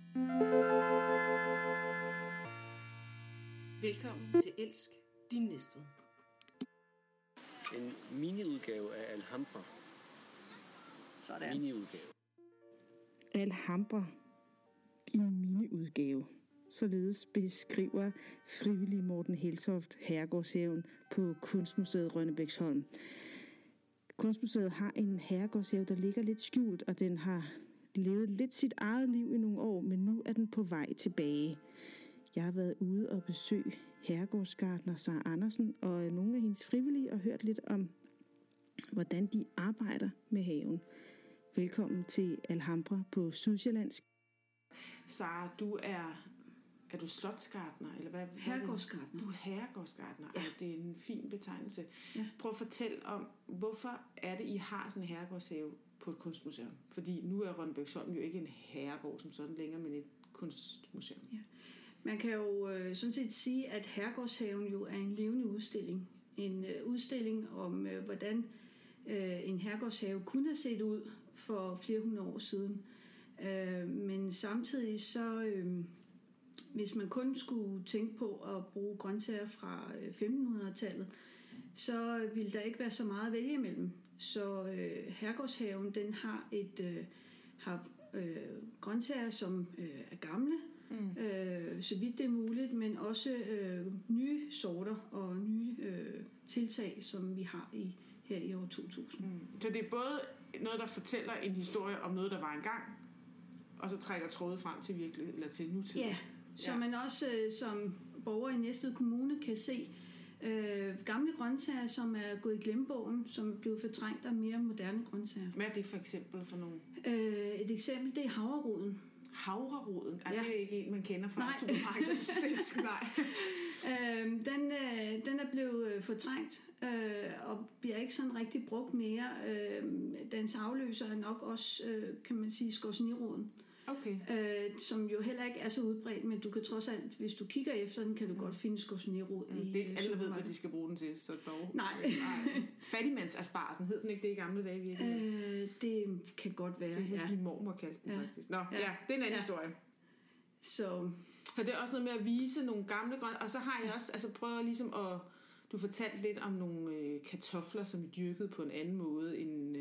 Velkommen til Elsk din næste. En mini-udgave af Alhambra. Sådan. Mini-udgave. Alhambra i mini-udgave. Således beskriver frivillig Morten Heltoft herregårdshaven på Kunstmuseet Rønnebæksholm. Kunstmuseet har en herregårdshave, der ligger lidt skjult, og den har levet lidt sit eget liv i nogle år, men nu er den på vej tilbage. Jeg har været ude og besøge herregårdsgartner Sara Andersen og nogle af hendes frivillige og hørt lidt om, hvordan de arbejder med haven. Velkommen til Alhambra på Sydsjællandsk. Sara, du er du slotsgartner, eller hvad? Herregårdsgartner. Du er herregårdsgartner, ja. Det er en fin betegnelse. Ja. Prøv at fortælle om, hvorfor er det, I har sådan en herregårdshave på et kunstmuseum? Fordi nu er Rønnebæksholm jo ikke en herregård som sådan længere, men et kunstmuseum. Ja. Man kan jo sådan set sige, at herregårdshaven jo er en levende udstilling. En udstilling om, hvordan en herregårdshave kunne have set ud for flere hundrede år siden. Men samtidig så, hvis man kun skulle tænke på at bruge grøntsager fra 1500-tallet, så ville der ikke være så meget at vælge imellem. Så herregårdshaven, den har grøntsager, som er gamle, så vidt det er muligt, men også nye sorter og nye tiltag, som vi har her i år 2000. Så det er både noget, der fortæller en historie om noget, der var engang, og så trækker trådet frem til virkeligheden, eller til nutiden. Ja, så man også som borger i Næstved Kommune kan se gamle grøntsager, som er gået i glemmebogen, som blev fortrængt af mere moderne grøntsager. Hvad er det for eksempel for nogle? Et eksempel, det er havreroden. Havreroden? Er det ikke en, man kender fra supermarkedets disk? Nej. Den er blevet fortrængt og bliver ikke sådan rigtig brugt mere. Dens afløser er nok også, kan man sige, skorceniroden. Okay. Som jo heller ikke er så udbredt, men du kan trods alt, hvis du kigger efter den, kan du godt finde skorcenirod i. Det er ikke alle, der ved, hvad de skal bruge den til, så dog. Nej. Fattigmandsasparsen, hed den ikke det i gamle dage virkelig? Det kan godt være. Det er min mormor kaldte den faktisk. Nå, det er en anden historie. Så det er også noget med at vise nogle gamle grøntsager, og så har jeg også prøvet ligesom at, du fortalte lidt om nogle kartofler, som vi dyrkede på en anden måde end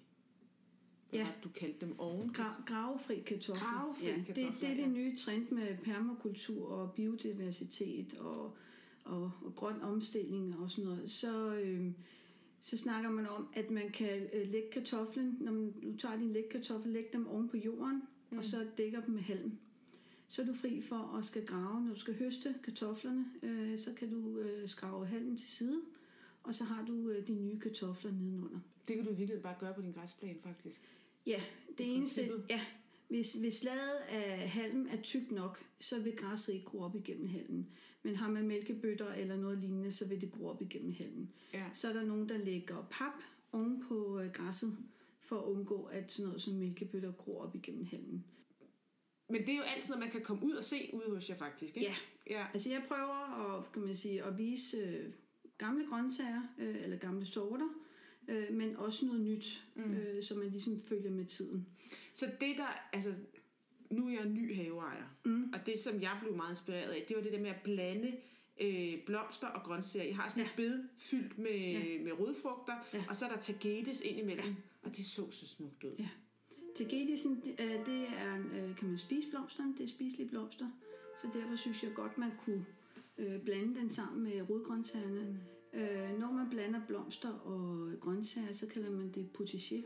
du kaldte dem gravefri kartofler. Kartofler. Det er det nye trend med permakultur og biodiversitet og grøn omstilling og sådan noget. Så snakker man om, at man kan lægge kartoflen, når du tager din lægkartoffel, lægge dem oven på jorden, og så dækker dem med halm. Så er du fri for at skal grave. Når du skal høste kartoflerne, så kan du skrave halmen til side, og så har du de nye kartofler nedenunder. Det kan du virkelig bare gøre på din græsplæne, faktisk. Ja, det eneste. Ja, hvis laget af halm er tykt nok, så vil græsset ikke gro op igennem halmen. Men har man mælkebøtter eller noget lignende, så vil det gro op igennem halmen. Ja. Så er der nogen, der lægger pap oven på græsset, for at undgå, at sådan noget som mælkebøtter gror op igennem halmen. Men det er jo altid noget, man kan komme ud og se ude hos jer faktisk, ikke? Ja. Altså jeg prøver at vise gamle grøntsager, eller gamle sorter, men også noget nyt, så man ligesom følger med tiden. Så det der, altså nu er jeg ny haveejer, og det som jeg blev meget inspireret af, det var det der med at blande blomster og grøntsager. Jeg har sådan et bed fyldt med rodfrugter, og så er der tagetes ind imellem, og det så smukt ud. Ja. Tagetesen, det er, kan man spise blomsterne, det er spiselige blomster, så derfor synes jeg godt, man kunne blande den sammen med rodgrøntsagerne. Når man blander blomster og grøntsager, så kalder man det potager.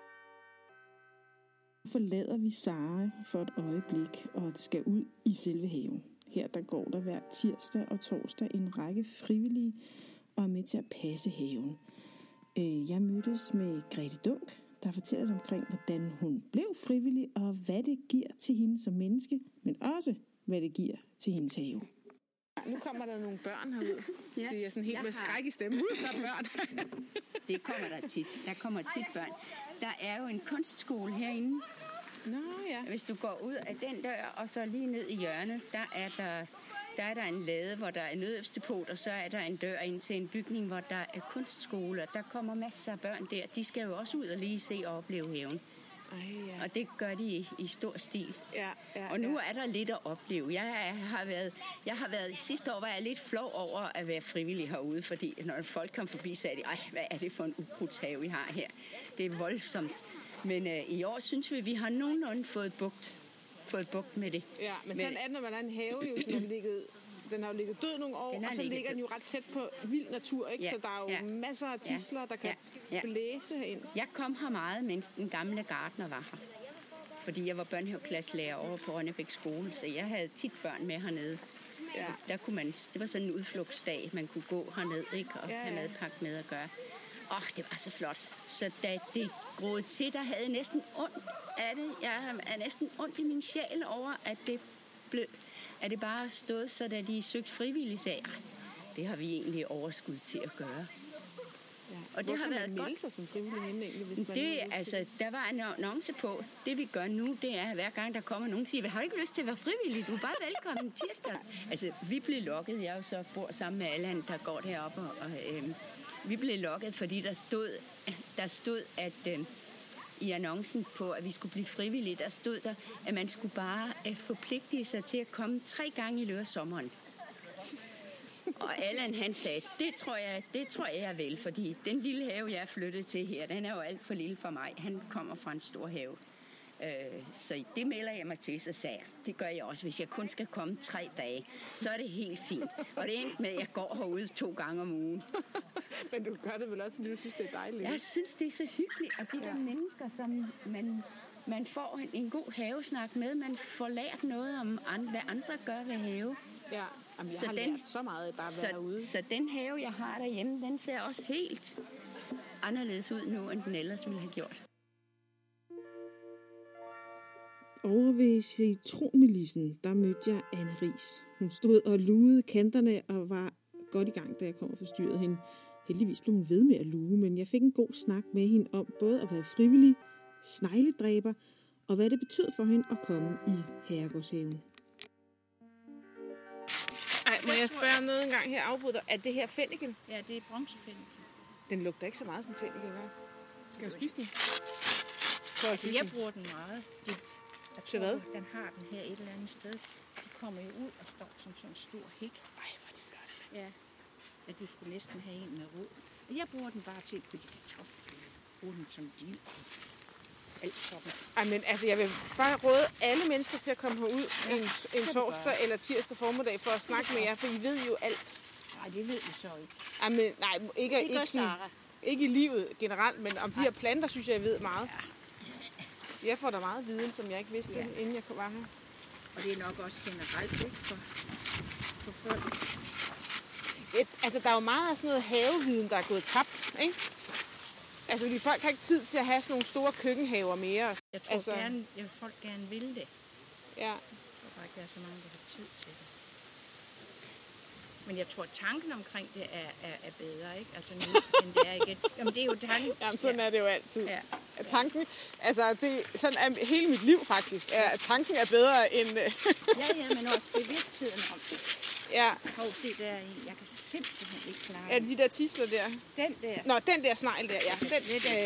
Forlader vi Sara for et øjeblik og skal ud i selve haven. Her der går der hver tirsdag og torsdag en række frivillige og er med til at passe haven. Jeg mødtes med Grete Dunk, der fortæller omkring, hvordan hun blev frivillig og hvad det giver til hende som menneske, men også hvad det giver til hendes have. Nu kommer der nogle børn herud, så jeg sådan helt med skræk i stemmen. Der er børn. Det kommer der tit. Der kommer tit børn. Der er jo en kunstskole herinde. Nå ja. Hvis du går ud af den dør, og så lige ned i hjørnet, der er der en lade, hvor der er nødøvstepot, og så er der en dør ind til en bygning, hvor der er kunstskole. Der kommer masser af børn der. De skal jo også ud og lige se og opleve haven. Ja. Og det gør de i stor stil. Ja, Og nu er der lidt at opleve. Jeg har været sidste år var jeg lidt flov over at være frivillig herude, fordi når folk kom forbi, sagde de, hvad er det for en ukrudtshave, vi har her? Det er voldsomt. Men i år synes vi har nogenlunde fået bugt med det. Ja, men sådan er det, når man er en have, jo, den har jo ligget død nogle år, og så ligger den jo ret tæt på vild natur, ikke? Så der er jo masser af tidsler, der kan blæse herind. Jeg kom her meget, mens den gamle gartner var her. Fordi jeg var børnehaveklasselærer over på Rønnebæk skole, så jeg havde tit børn med hernede. Ja. Der kunne det var sådan en udflugtsdag, man kunne gå herned, ikke? Og have madpakke med at gøre. Det var så flot. Så da det groede til, der havde jeg næsten ondt af det. Jeg er næsten ondt i min sjæl over, at det bare stod, så da de søgte frivilligt, sagde, det har vi egentlig overskud til at gøre. Ja. Og det har været godt. Melde sig som frivillig henne, egentlig, hvis man der var en annonce på. Det vi gør nu, det er, at hver gang der kommer nogen, siger, har du ikke lyst til at være frivillig? Du er bare velkommen tirsdag. Altså, vi blev lokket. Jeg jo så bor sammen med Allan, der går deroppe. Vi blev lokket, fordi der stod, at i annoncen på, at vi skulle blive frivillige, der stod der, at man skulle bare forpligte sig til at komme 3 gange i løbet af sommeren. Og Allan, han sagde, det tror jeg vil, fordi den lille have, jeg er flyttet til her, den er jo alt for lille for mig. Han kommer fra en stor have. Så det melder jeg mig til, så sagde jeg. Det gør jeg også, hvis jeg kun skal komme 3 dage. Så er det helt fint. Og det endte med, at jeg går herude 2 gange om ugen. Men du gør det vel også, fordi du synes, det er dejligt? Jeg synes, det er så hyggeligt, at de der mennesker, som man får en god havesnak med, man får lært noget om, hvad andre gør ved have. Ja, jeg har lært så meget bare at være herude. Så den have, jeg har derhjemme, den ser også helt anderledes ud nu, end den ellers ville have gjort. Over ved citronmelissen, der mødte jeg Anne Riis. Hun stod og lugede kanterne og var godt i gang, da jeg kom og forstyrrede hende. Heldigvis blev hun ved med at luge, men jeg fik en god snak med hende om både at være frivillig, snegledræber og hvad det betød for hende at komme i herregårdshaven. Må jeg spørge om noget engang her afbryder? Er det her fennikel? Ja, det er bronzefennikel. Den lugter ikke så meget som fennikel, hva'? Skal jeg spise den? Altså, jeg bruger den meget. Til hvad? Den har den her et eller andet sted. De kommer jo ud og står som sådan en stor hæk. Ej, hvor er de flotte. Ja, at du skulle næsten have en med rod. Og jeg bruger den bare til på de kartofler. Bruger den som dild. Alt sådan. Ej, men altså, jeg vil bare råde alle mennesker til at komme herud en torsdag eller tirsdag formiddag for at snakke med jer, for I ved jo alt. Nej, det ved vi så ikke. Ej, men, nej, ikke i livet generelt, men om de her planter, synes jeg ved meget. Ja. Jeg får da meget viden, som jeg ikke vidste, inden jeg var her. Og det er nok også generelt, ikke? For folk. Altså, der er jo meget af sådan noget haveviden, der er gået tabt, ikke? Altså, fordi folk har ikke tid til at have sådan nogle store køkkenhaver mere. Jeg tror folk gerne vil det. Ja. Jeg tror bare ikke, der er så mange, der har tid til det. Men jeg tror, tanken omkring det er bedre, ikke? Altså nu, end det er igen. Jamen, det er jo tanken. Jamen, sådan er det jo altid. Ja. Tanken, altså, sådan er hele mit liv faktisk, at tanken er bedre end... ja, men også bevidstheden om det. Ja. Hov, det der en. Jeg kan simpelthen ikke klare det. Ja, de der tisler der. Den der. Nå, den der snegl der, ja. Den skal...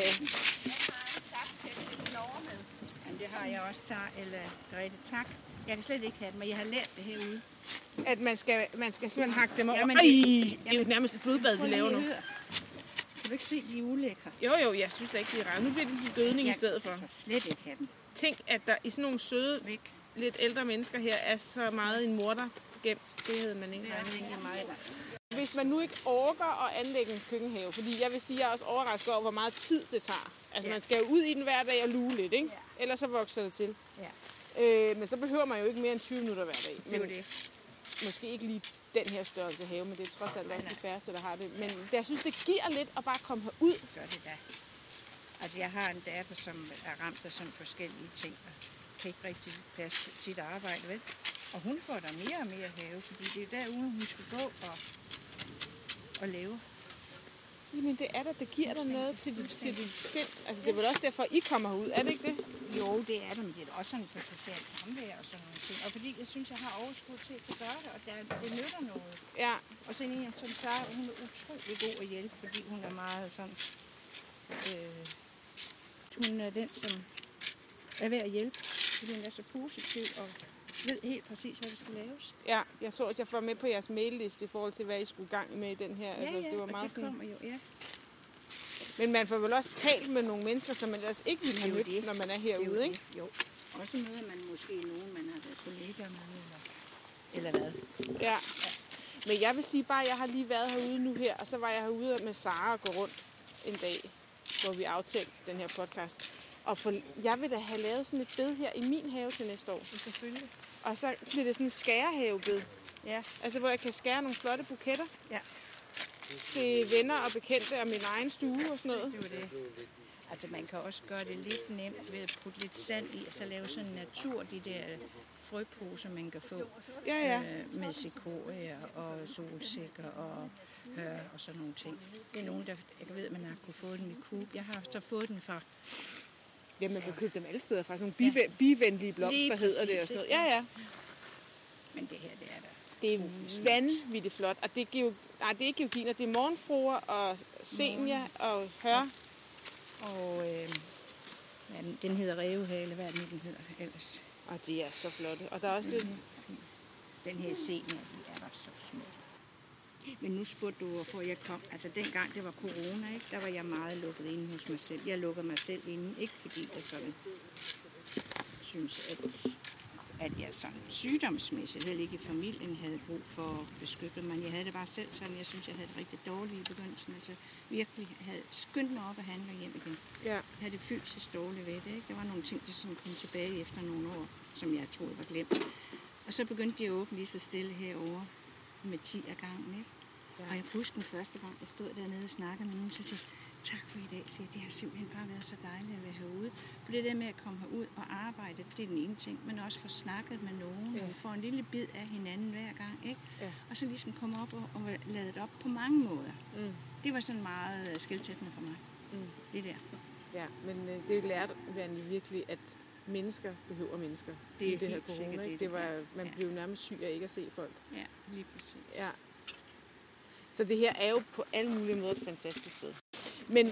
Jamen, det har jeg også eller Grete, tak. Jeg kan slet ikke have dem, men jeg har lært det herude. At man skal simpelthen hakke dem over. Jamen, det er jo nærmest et blodbad, vi laver nu. Kan du ikke se, de er ulækre? Jo, jeg synes da ikke, de er rare. Nu bliver det de gødning i stedet for. Jeg kan slet ikke have dem. Tænk, at der i sådan nogle søde, lidt ældre mennesker her er så meget en morter gemt. Det havde man ikke regnet med. Hvis man nu ikke orker at anlægge en køkkenhave, fordi jeg vil sige, at jeg er også overrasket over, hvor meget tid det tager. Altså, man skal jo ud i den hver dag og luge lidt, ikke? Ja. Ellers så vokser det til. Ja. Men så behøver man jo ikke mere end 20 minutter hver dag. Men måske ikke lige den her størrelse have, men det er trods alt også de færreste, der har det. Men jeg synes, det giver lidt at bare komme herud. Gør det da. Altså, jeg har en datter, som er ramt af sådan forskellige ting, og kan ikke rigtig passe sit arbejde, vel? Og hun får der mere og mere have, fordi det er derude, hun skal gå og lave. Jamen det er der, det giver dig noget til dit sind. Altså det er vel også derfor, I kommer herud, er det ikke det? Jo, det er det, men det er også sådan for socialt samvær og sådan nogle ting. Og fordi jeg synes, jeg har overskud til at gøre det, og det nytter noget. Ja. Og så en som Sara, hun er utrolig god at hjælpe, fordi hun er meget sådan... hun er den, som er ved at hjælpe, fordi hun er så positiv og ved helt præcis, hvad der skal laves. Ja, jeg så, at jeg får med på jeres mailliste i forhold til, hvad I skulle i gang med i den her. Ja, altså, det var meget det sådan... kommer jo, ja. Men man får vel også talt med nogle mennesker, som man ellers ikke ville have mødt, når man er herude, ikke? Jo. Også møder man måske nogen, man har været kollegaer med, eller hvad. Ja. Men jeg vil sige bare, at jeg har lige været herude nu her, og så var jeg herude med Sara og gå rundt en dag, hvor vi aftalte den her podcast. Og jeg vil da have lavet sådan et bed her i min have til næste år. Ja, selvfølgelig. Og så bliver det sådan en skærehavebed. Ja. Altså, hvor jeg kan skære nogle flotte buketter. Ja. Til venner og bekendte og min egen stue og sådan noget. Det var det. Altså, man kan også gøre det lidt nemt ved at putte lidt sand i, og så lave sådan en natur, de der frøposer, man kan få. Ja. Med sequoia og solsikker og hør og sådan nogle ting. Det er nogen, der jeg ved, man har kunne få den i Coop. Jeg har så fået den fra... Ja, man kan købe dem alle steder fra. Sådan nogle bivenlige blomster hedder det og sådan noget. Ja. Men det her, det er der. Det er vanvittigt flot. Og det er det er ikke georginer, det er morgenfruer og senia og hør. Og den hedder rævehale, hvad er den hedder ellers? Og de er så flotte. Og der er også det... Den her senia, de er der så smukke. Men nu spurgte du, hvorfor jeg kom. Altså dengang det var corona, ikke, der var jeg meget lukket inde hos mig selv. Jeg lukkede mig selv inde, ikke fordi jeg sådan synes, at jeg sådan sygdomsmæssigt, heller ikke i familien, havde brug for at beskytte mig. Jeg havde det bare selv sådan, jeg synes, jeg havde det rigtig dårligt i begyndelsen. Altså virkelig havde skyndt mig op og handle hjem igen. Ja. Jeg havde det fysisk dårligt ved det, ikke? Der var nogle ting, der sådan kom tilbage efter nogle år, som jeg troede var glemt. Og så begyndte de at åbne lige så stille herovre med 10 af gangen, ikke? Ja. Og jeg husker den første gang, jeg stod dernede og snakkede med nogen, så siger tak for i dag, siger det har simpelthen bare været så dejligt at være herude. For det der med at komme herud og arbejde, det er den ene ting, men også få snakket med nogen, og få en lille bid af hinanden hver gang, ikke? Ja. Og så ligesom komme op og ladet op på mange måder. Det var sådan meget skelsættende for mig, det der. Ja, men det lærte man virkelig, at mennesker behøver mennesker det i det her corona. Sikkert, man blev nærmest syg af ikke at se folk. Ja, lige præcis. Ja. Så det her er jo på alle mulige måder et fantastisk sted. Men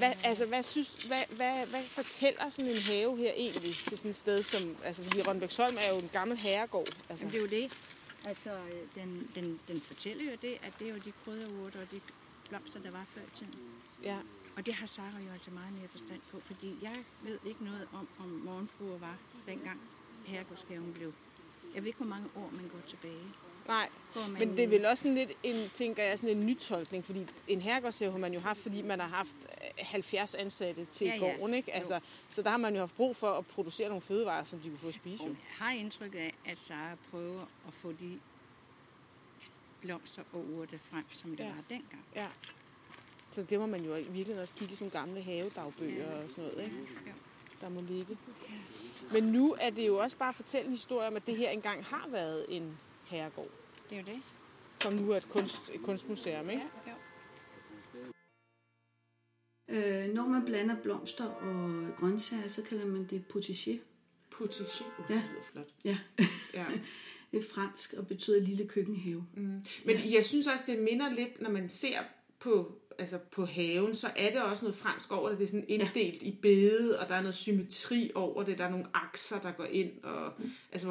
hvad fortæller sådan en have her egentlig til sådan et sted som... Altså, fordi Rønnebæksholm er jo en gammel herregård. Altså. Jamen, det er jo det. Altså, den fortæller jo det, at det er jo de krydderurter og de blomster, der var før i tiden. Ja. Og det har Sara jo altså meget mere forstand på, fordi jeg ved ikke noget om morgenfruer var dengang herregårdshaven blev. Jeg ved ikke, hvor mange år man går tilbage. Nej, men det er vel også sådan lidt tænker jeg, sådan en nytolkning, fordi en herregårdshave har man jo haft, fordi man har haft 70 ansatte til gården, ikke? Altså, så der har man jo haft brug for at producere nogle fødevarer, som de kunne få at spise. Jeg har indtryk af, at Sara prøver at få de blomster og urter frem, som det var dengang. Ja. Så det må man jo virkelig også kigge i sådan gamle havedagbøger og sådan noget, ikke? Ja. Der må ligge. Men nu er det jo også bare at fortælle en historie om, at det her engang har været en herregård. Det er jo det. Som nu er et kunstmuseum, ikke? Ja. Når man blander blomster og grøntsager, så kalder man det potiché. Potiché? Ja. Det lyder flot. Ja. Det er fransk og betyder lille køkkenhave. Men jeg synes også, det minder lidt, når man ser på haven, så er det også noget fransk over det. Det er sådan inddelt i bede, og der er noget symmetri over det. Der er nogle akser, der går ind. Og, altså,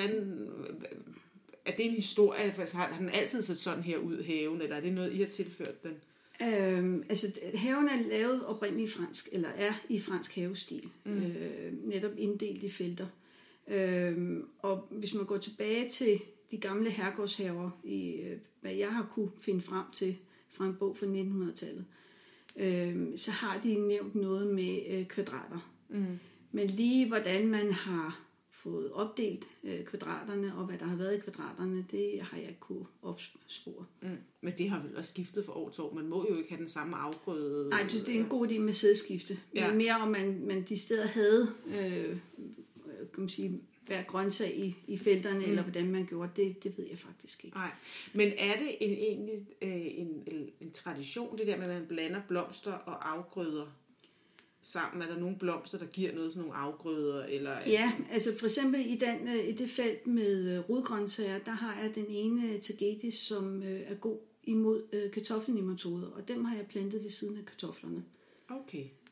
er det en historie? Altså, har den altid set sådan her ud, haven? Eller er det noget, I har tilført den? Haven er lavet oprindeligt fransk, eller er i fransk havestil. Netop inddelt i felter. Og hvis man går tilbage til de gamle herregårdshaver, hvad jeg har kunne finde frem til, fra en bog fra 1900-tallet, så har de nævnt noget med kvadrater. Men lige hvordan man har fået opdelt kvadraterne, og hvad der har været i kvadraterne, det har jeg ikke kunne opspore. Men det har vel også skiftet fra år til år. Man må jo ikke have den samme afgrøde. Nej, det er en god idé med sædskifte. Ja. Men mere om man de steder havde kan man sige, hver grøntsag i felterne, eller hvordan man gjorde det ved jeg faktisk ikke. Nej, men er det egentlig en tradition, det der med, at man blander blomster og afgrøder sammen? Er der nogle blomster, der giver noget til nogle afgrøder? Eller? Ja, altså for eksempel i det felt med rodgrøntsager, der har jeg den ene tagetes, som er god imod kartoffelnematoder, og dem har jeg plantet ved siden af kartoflerne. Okay.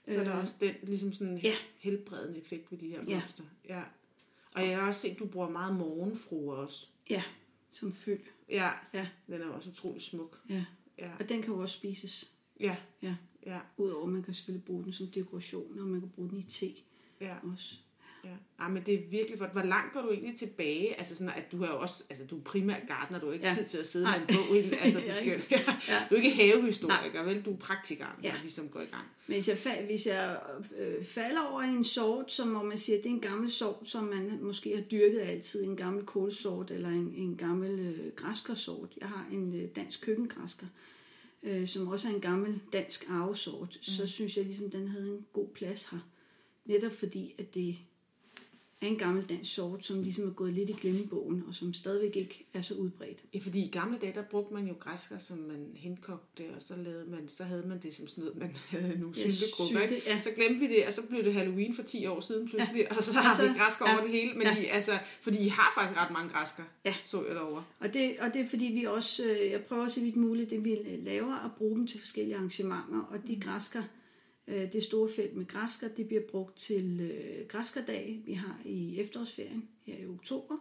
Så er der også den ligesom sådan helbredende effekt ved de her blomster. Ja. Og jeg har også set, at du bruger meget morgenfruer også. Ja, som fyld. Ja, den er også utrolig smuk. Ja, og den kan jo også spises. Ja. Udover at man kan selvfølgelig bruge den som dekoration, og man kan bruge den i te også. Ja, men det er virkelig godt. Hvor langt går du egentlig tilbage? Altså sådan, at du er jo også, altså du er primært gartner, du har ikke tid til at sidde med en bog. Altså, du er ikke havehistoriker, vel? Du er praktiker, der ligesom går i gang. Men hvis jeg falder over i en sort, som hvor man siger, at det er en gammel sort, som man måske har dyrket altid, en gammel kålsort eller en gammel græskersort. Jeg har en dansk køkkengræsker, som også er en gammel dansk arvesort. Så synes jeg ligesom, den havde en god plads her. Netop fordi, at det er en gammel dansk sort, som ligesom er gået lidt i glemmebogen, og som stadigvæk ikke er så udbredt. Ja, fordi i gamle dage, der brugte man jo græsker, som man henkogte, og så havde man det som sådan noget, man havde nogle syltegrupper. Ja. Så glemte vi det, og så blev det Halloween for 10 år siden pludselig, og så har vi græsker over det hele. Men fordi I har faktisk ret mange græsker, så jeg derovre. Og det er fordi vi også, jeg prøver så vidt muligt, det vi laver, at bruge dem til forskellige arrangementer, og de græsker, det store felt med græsker, det bliver brugt til græskerdag, vi har i efterårsferien her i oktober.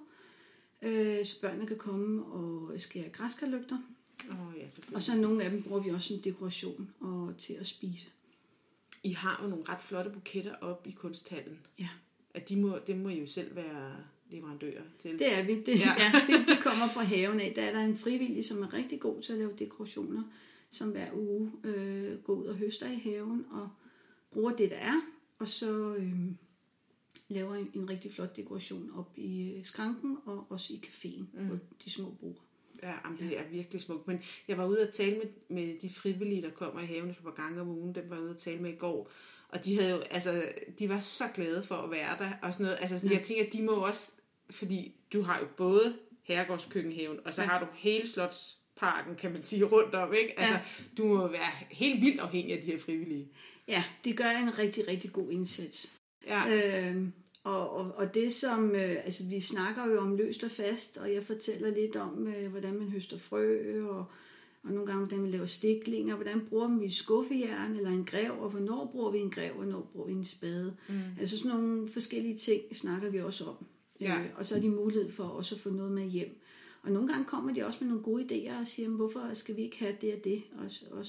Så børnene kan komme og skære græskerlygter. Og så nogle af dem bruger vi også som dekoration og til at spise. I har jo nogle ret flotte buketter op i kunsthallen. Ja. At dem må I jo selv være leverandører til. Det er vi. Det kommer fra haven af. Der er der en frivillig, som er rigtig god til at lave dekorationer, som hver uge går ud og høster i haven og bruger det, der er, og så laver en rigtig flot dekoration op i skranken og også i caféen på de små borde. Ja, det er virkelig smukt. Men jeg var ude at tale med de frivillige, der kommer i haven et par gange om ugen. Dem var jeg ude at tale med i går. Og de havde jo, de var så glade for at være der. Og sådan noget. Altså sådan, jeg tænker, at de må også, fordi du har jo både herregårdskøkkenhaven, og så har du hele Slotsparken, kan man sige, rundt om, ikke? Altså, du må være helt vildt afhængig af de her frivillige. Ja, det gør en rigtig, rigtig god indsats. Ja. Og det som, vi snakker jo om løst og fast, og jeg fortæller lidt om, hvordan man høster frø, og nogle gange, hvordan man laver stiklinger, hvordan bruger vi skuffejern eller en grev, og hvornår bruger vi en grev, og hvornår bruger vi en spade. Altså sådan nogle forskellige ting snakker vi også om. Og så er de mulighed for også at få noget med hjem. Og nogle gange kommer de også med nogle gode idéer og siger, hvorfor skal vi ikke have det og det? Og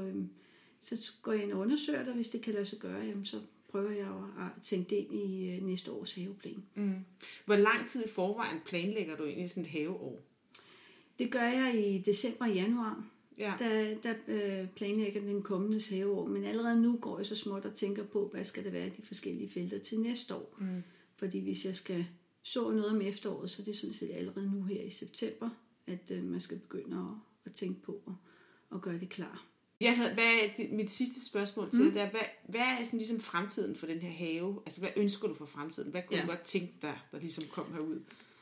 så går jeg ind og undersøger det, og hvis det kan lade sig gøre, jamen, så prøver jeg at tænke det ind i næste års haveplan. Hvor lang tid i forvejen planlægger du egentlig sådan et haveår? Det gør jeg i december og januar. Ja. Der planlægger den kommende haveår. Men allerede nu går jeg så småt og tænker på, hvad skal der være de forskellige felter til næste år. Fordi hvis jeg skal så noget om efteråret, så er det sådan set allerede nu her i september, at man skal begynde at tænke på at gøre det klar. Mit sidste spørgsmål til dig, hvad er sådan ligesom fremtiden for den her have? Altså, hvad ønsker du for fremtiden? Hvad kunne du godt tænke dig, der ligesom kom herud?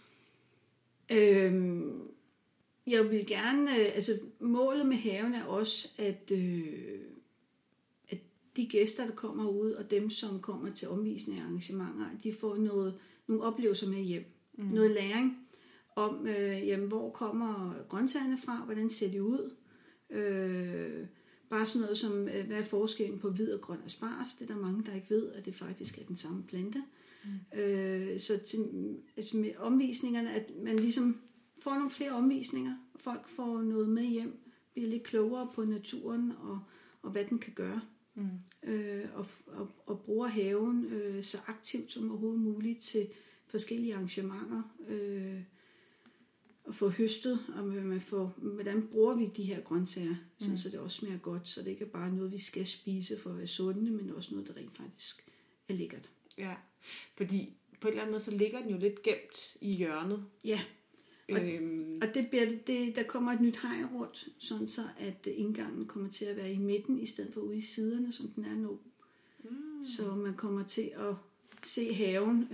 Jeg vil gerne, målet med haven er også, at de gæster, der kommer ud, og dem, som kommer til omvisning af arrangementer, de får nogle oplevelser med hjem. Noget læring om, hvor kommer grøntsagerne fra, hvordan ser de ud. Bare sådan noget som, hvad er forskellen på hvid og grøn asparges? Det er der mange, der ikke ved, at det faktisk er den samme plante. Så med omvisningerne, at man ligesom får nogle flere omvisninger. Folk får noget med hjem, bliver lidt klogere på naturen og hvad den kan gøre. Og bruger haven så aktivt som overhovedet muligt til forskellige arrangementer. Og få høstet, og hvordan bruger vi de her grøntsager, så det også smager godt, så det ikke er bare noget, vi skal spise for at være sunde, men også noget, der rent faktisk er lækkert. Ja, fordi på en eller anden måde, så ligger den jo lidt gemt i hjørnet. Ja, og der kommer et nyt hegn rundt, sådan så at indgangen kommer til at være i midten, i stedet for ude i siderne, som den er nu. Så man kommer til at se haven,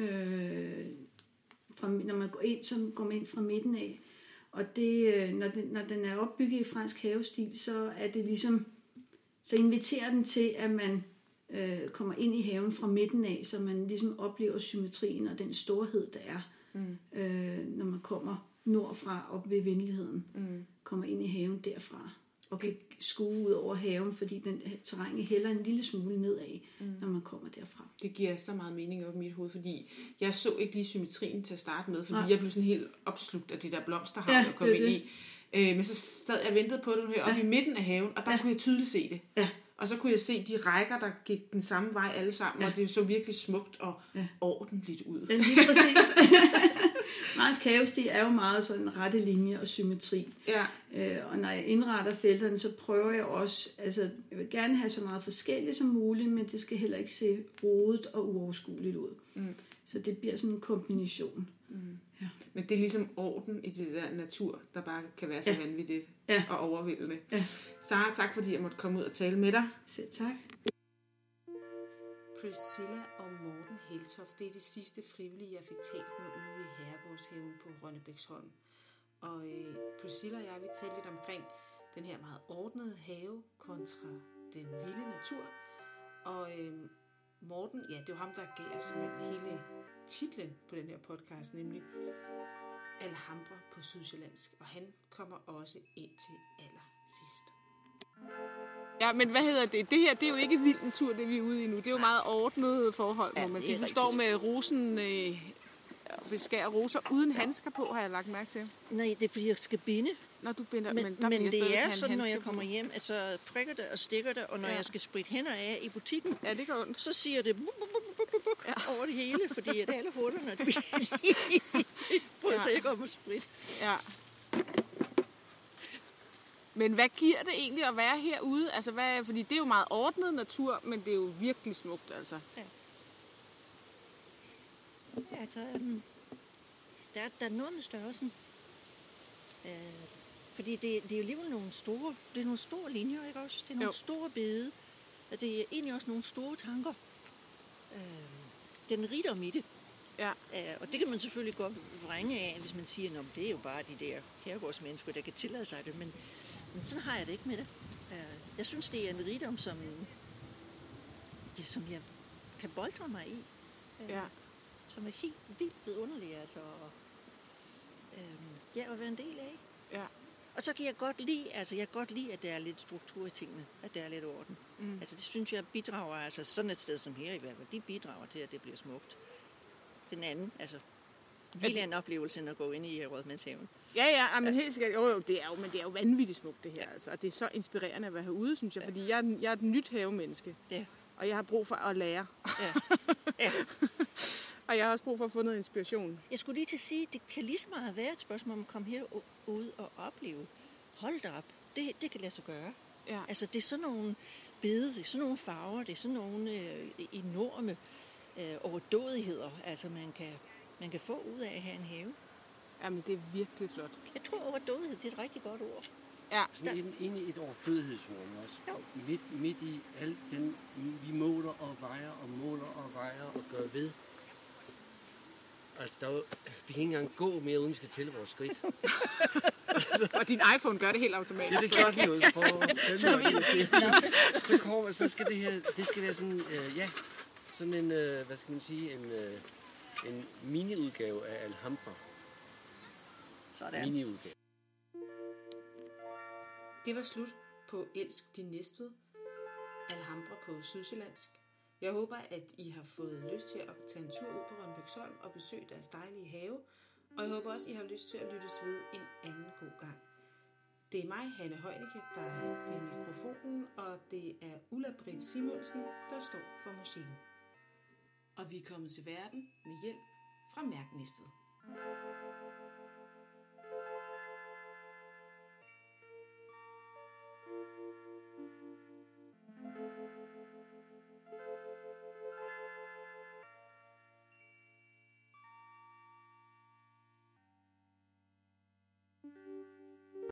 når man går ind, så går man ind fra midten af. Og det, når den er opbygget i fransk havestil, så er det ligesom, så inviterer den til, at man kommer ind i haven fra midten af, så man ligesom oplever symmetrien og den storhed, der er, når man kommer nordfra op ved venligheden. Kommer ind i haven derfra. og kan skue ud over haven, fordi den terrænet hælder en lille smule nedad, når man kommer derfra. Det giver så meget mening op i mit hoved, fordi jeg så ikke lige symmetrien til at starte med, fordi jeg blev sådan helt opslugt af det der blomsterhav, jeg kom ind i. Men så sad jeg og ventede på den her oppe i midten af haven, og der kunne jeg tydeligt se det. Ja. Og så kunne jeg se de rækker, der gik den samme vej alle sammen, og det så virkelig smukt og ordentligt ud. Ja, lige præcis. Fransk havestil er jo meget sådan rette linje og symmetri. Ja. Og når jeg indretter felterne, så prøver jeg også, altså jeg vil gerne have så meget forskelligt som muligt, men det skal heller ikke se rodet og uoverskueligt ud. Så det bliver sådan en kombination. Ja. Men det er ligesom orden i det der natur, der bare kan være så vanvittigt og overvældende. Ja. Sara, tak fordi jeg måtte komme ud og tale med dig. Selv tak. Priscilla og Morten Heltoft, det er det sidste frivillige, jeg fik talt med ude i Herregårdshaven på Rønnebæksholm. Og Priscilla og jeg, vi talte lidt omkring den her meget ordnede have kontra den vilde natur. Og Morten, ja, det var ham, der gav os hele titlen på den her podcast, nemlig Alhambra på sydsjællandsk. Og han kommer også ind til allersidst. Ja, men hvad hedder det? Det her, det er jo ikke vild natur, det vi er ude i nu. Det er jo meget ordnet forhold, må man sige. Du står med rosen, beskærer roser uden handsker på, har jeg lagt mærke til. Nej, det er fordi, jeg skal binde. Når du binder, men det er sådan, når jeg kommer hjem, at så prikker det og stikker det, og når jeg skal spritte hænder af i butikken, det går ondt. Så siger det over det hele, fordi det er alle hullerne, de bryder sig ikke om at spritte. Ja. Men hvad giver det egentlig at være herude? Altså, fordi det er jo meget ordnet natur, men det er jo virkelig smukt, altså. Ja. Ja, altså, der er noget med størrelsen. Fordi det er jo alligevel nogle store linjer, ikke også? Det er nogle store bede, og det er egentlig også nogle store tanker. Den rigdom i det. Ja. Og det kan man selvfølgelig godt vrænge af, hvis man siger, at det er jo bare de der herregårdsmennesker, der kan tillade sig det, men sådan har jeg det ikke med det. Jeg synes, det er en rigdom, som jeg kan boltre mig i. Som er helt vildt vidunderlig, altså. At være en del af. Ja. Og så kan jeg godt lide, at der er lidt struktur i tingene, at der er lidt orden. Altså det synes jeg bidrager, altså sådan et sted som her i hvert fald, de bidrager til, at det bliver smukt. Den anden, altså en helt anden oplevelse, end at gå ind i Rådmandshaven. Ja, men helt sikkert. Jo, det er jo vanvittigt smukt det her, altså. Og det er så inspirerende at være herude, synes jeg, fordi jeg er et nyt havemenneske. Ja. Og jeg har brug for at lære. Ja. Og jeg har også brug for at få noget inspiration. Jeg skulle lige til at sige, at det kan lige så meget være et spørgsmål om at komme herud og opleve. Hold da op, det kan lade sig gøre. Ja. Altså det er sådan nogle bede, det er sådan nogle farver, det er sådan nogle enorme overdådigheder, altså man kan få ud af at have en have. Jamen det er virkelig flot. Jeg tror overdådighed, det er et rigtig godt ord. Ja. Sådan egentlig et overflødighedsord også. Midt i alt den, vi måler og vejer og gør ved. Altså, vi kan ikke engang gå mere, uden vi skal tælle vores skridt. Og din iPhone gør det helt automatisk. Ja, det gør den jo. Så skal det her, det skal være sådan, sådan en, hvad skal man sige, en mini-udgave af Alhambra. Sådan. Mini-udgave. Det var slut på Elsk din Næstved, Alhambra på sydsjællandsk. Jeg håber, at I har fået lyst til at tage en tur ud på Rønnebæksholm og besøge deres dejlige have. Og jeg håber også, at I har lyst til at lyttes ved en anden god gang. Det er mig, Hanne Højnicke, der er ved mikrofonen, og det er Ulla-Britt Simonsen, der står for musikken. Og vi er kommet til verden med hjælp fra Mærk Næstved.